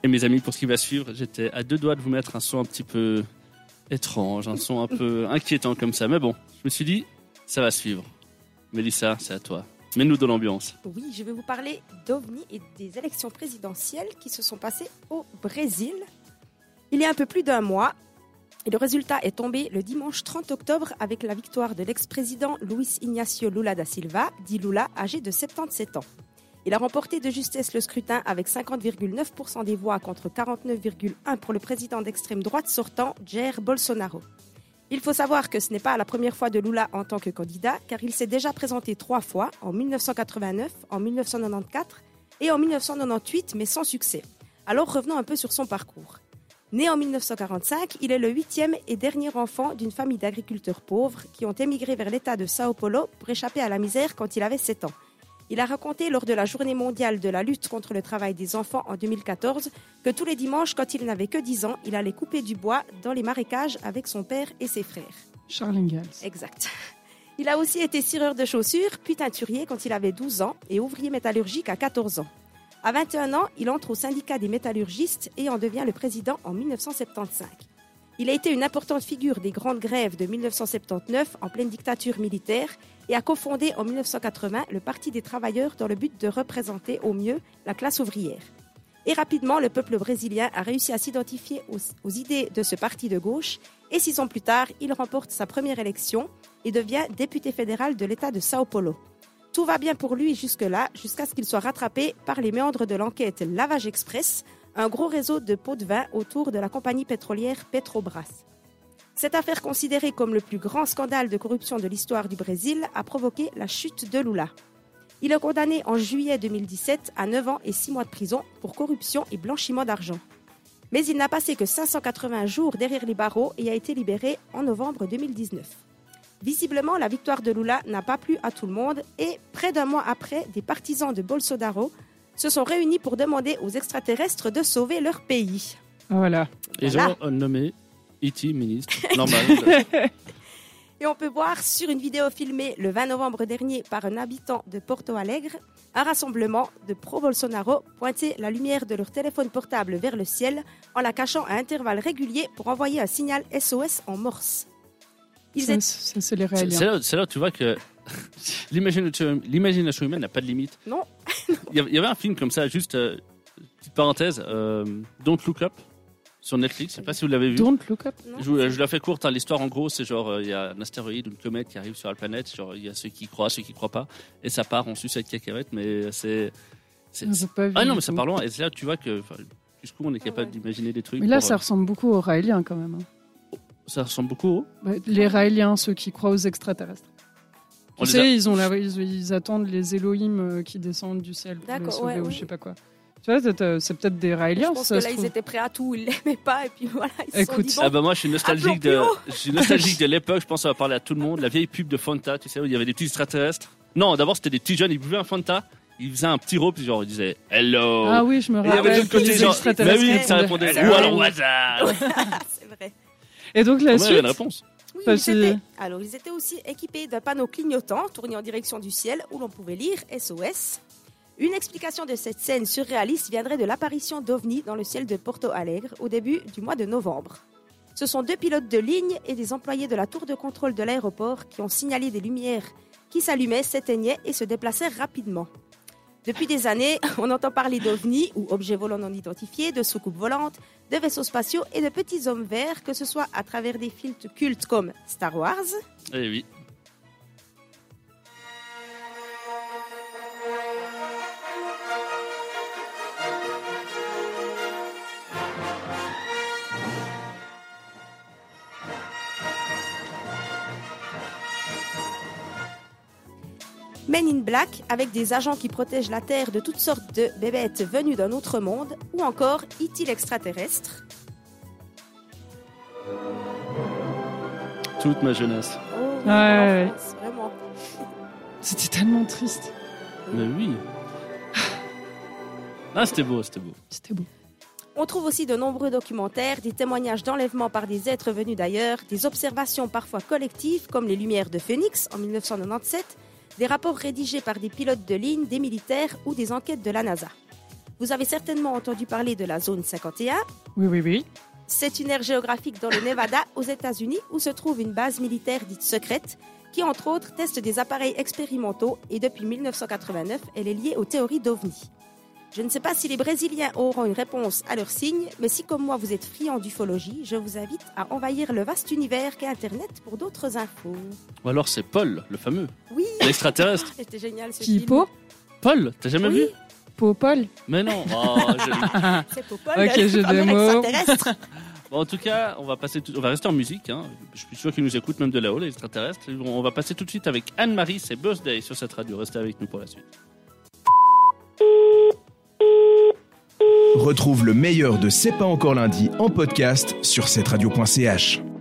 Et mes amis, pour ce qui va suivre, j'étais à 2 doigts de vous mettre un son un petit peu étrange, un son un peu inquiétant comme ça. Mais bon, je me suis dit, ça va suivre. Mélissa, c'est à toi. Mets-nous de l'ambiance. Oui, je vais vous parler d'OVNI et des élections présidentielles qui se sont passées au Brésil. Il y a un peu plus d'un mois, et le résultat est tombé le dimanche 30 octobre avec la victoire de l'ex-président Luiz Inácio Lula da Silva, dit Lula, âgé de 77 ans. Il a remporté de justesse le scrutin avec 50,9% des voix contre 49,1% pour le président d'extrême droite sortant, Jair Bolsonaro. Il faut savoir que ce n'est pas la première fois de Lula en tant que candidat, car il s'est déjà présenté 3 fois, en 1989, en 1994 et en 1998, mais sans succès. Alors revenons un peu sur son parcours. Né en 1945, il est le 8e et dernier enfant d'une famille d'agriculteurs pauvres qui ont émigré vers l'État de Sao Paulo pour échapper à la misère quand il avait 7 ans. Il a raconté lors de la Journée mondiale de la lutte contre le travail des enfants en 2014 que tous les dimanches, quand il n'avait que 10 ans, il allait couper du bois dans les marécages avec son père et ses frères. Charles Ingalls. Exact. Il a aussi été cireur de chaussures, puis teinturier quand il avait 12 ans et ouvrier métallurgique à 14 ans. À 21 ans, il entre au syndicat des métallurgistes et en devient le président en 1975. Il a été une importante figure des grandes grèves de 1979 en pleine dictature militaire et a cofondé en 1980 le Parti des travailleurs dans le but de représenter au mieux la classe ouvrière. Et rapidement, le peuple brésilien a réussi à s'identifier aux idées de ce parti de gauche et 6 ans plus tard, il remporte sa première élection et devient député fédéral de l'État de Sao Paulo. Tout va bien pour lui jusque-là, jusqu'à ce qu'il soit rattrapé par les méandres de l'enquête Lavage Express, un gros réseau de pots de vin autour de la compagnie pétrolière Petrobras. Cette affaire, considérée comme le plus grand scandale de corruption de l'histoire du Brésil, a provoqué la chute de Lula. Il est condamné en juillet 2017 à 9 ans et 6 mois de prison pour corruption et blanchiment d'argent. Mais il n'a passé que 580 jours derrière les barreaux et a été libéré en novembre 2019. Visiblement, la victoire de Lula n'a pas plu à tout le monde et, près d'un mois après, des partisans de Bolsonaro se sont réunis pour demander aux extraterrestres de sauver leur pays. Voilà. Et ils ont nommé E.T. ministre. Normal. Et on peut voir sur une vidéo filmée le 20 novembre dernier par un habitant de Porto Alegre, un rassemblement de pro-Bolsonaro pointait la lumière de leur téléphone portable vers le ciel en la cachant à intervalles réguliers pour envoyer un signal SOS en morse. Ça, c'est les Raéliens. C'est là où tu vois que l'imagination humaine n'a pas de limite. Non. Il y avait un film comme ça, juste, petite parenthèse, Don't Look Up, sur Netflix. Je ne sais pas si vous l'avez vu. Don't Look Up. Je la fais courte. Hein. L'histoire, en gros, c'est genre, il y a un astéroïde ou une comète qui arrive sur la planète. Genre, il y a ceux qui croient, ceux qui ne croient pas. Et ça part en sucette cacahuète, mais c'est... Ah non, mais ça part loin. Et c'est là que tu vois que jusqu'où on est capable d'imaginer des trucs. Mais là, ça ressemble beaucoup aux Raéliens, quand même. Ça ressemble beaucoup les Raéliens, ceux qui croient aux extraterrestres. Tu sais, ils attendent les Elohim qui descendent du ciel pour les sauver ou je sais pas quoi. Tu vois, c'est peut-être des Raéliens. Je pense que là, ils étaient prêts à tout, ils l'aimaient pas et puis voilà, ils se sont dit, bon, moi, je suis nostalgique de l'époque. Je pense que ça va parler à tout le monde. La vieille pub de Fanta, tu sais, où il y avait des petits extraterrestres. Non, d'abord, c'était des petits jeunes, ils buvaient un Fanta. Ils faisaient un petit rôle, puis genre, ils disaient hello. Ah oui, je me rappelle. Et il y avait de l'autre côté, genre, mais oui, ça répondait ou alors hasard. C'est vrai. Et donc la suite. Il y avait une réponse. Oui, ils étaient aussi équipés d'un panneau clignotant tourné en direction du ciel où l'on pouvait lire SOS. Une explication de cette scène surréaliste viendrait de l'apparition d'OVNI dans le ciel de Porto Alegre au début du mois de novembre. Ce sont 2 pilotes de ligne et des employés de la tour de contrôle de l'aéroport qui ont signalé des lumières qui s'allumaient, s'éteignaient et se déplaçaient rapidement. Depuis des années, on entend parler d'OVNI, ou objets volants non identifiés, de soucoupes volantes, de vaisseaux spatiaux et de petits hommes verts, que ce soit à travers des films cultes comme Star Wars. Eh oui. Men in Black, avec des agents qui protègent la Terre de toutes sortes de bébêtes venues d'un autre monde, ou encore E.T. l'extraterrestre. Toute ma jeunesse. Oh, ouais. Vraiment. C'était tellement triste. Mais oui. Ah, c'était beau. C'était beau. On trouve aussi de nombreux documentaires, des témoignages d'enlèvement par des êtres venus d'ailleurs, des observations parfois collectives, comme les Lumières de Phoenix en 1997, des rapports rédigés par des pilotes de ligne, des militaires ou des enquêtes de la NASA. Vous avez certainement entendu parler de la zone 51. Oui. C'est une aire géographique dans le Nevada, aux États-Unis, où se trouve une base militaire dite secrète, qui entre autres teste des appareils expérimentaux et depuis 1989, elle est liée aux théories d'OVNI. Je ne sais pas si les Brésiliens auront une réponse à leur signe, mais si comme moi vous êtes friands d'ufologie, je vous invite à envahir le vaste univers qu'est Internet pour d'autres infos. Ou alors c'est Paul, le fameux. Oui. L'extraterrestre. C'était génial ce Qui, film. Po Paul, t'as jamais vu? Paul. Mais non. Oh, c'est Paul. Ok, j'ai des mots. Bon, en tout cas, on va rester en musique. Hein. Je suis sûr qu'ils nous écoutent même de là-haut, les extraterrestres. On va passer tout de suite avec Anne-Marie, c'est Birthday sur cette radio. Restez avec nous pour la suite. Retrouve le meilleur de C'est pas encore lundi en podcast sur cetteradio.ch.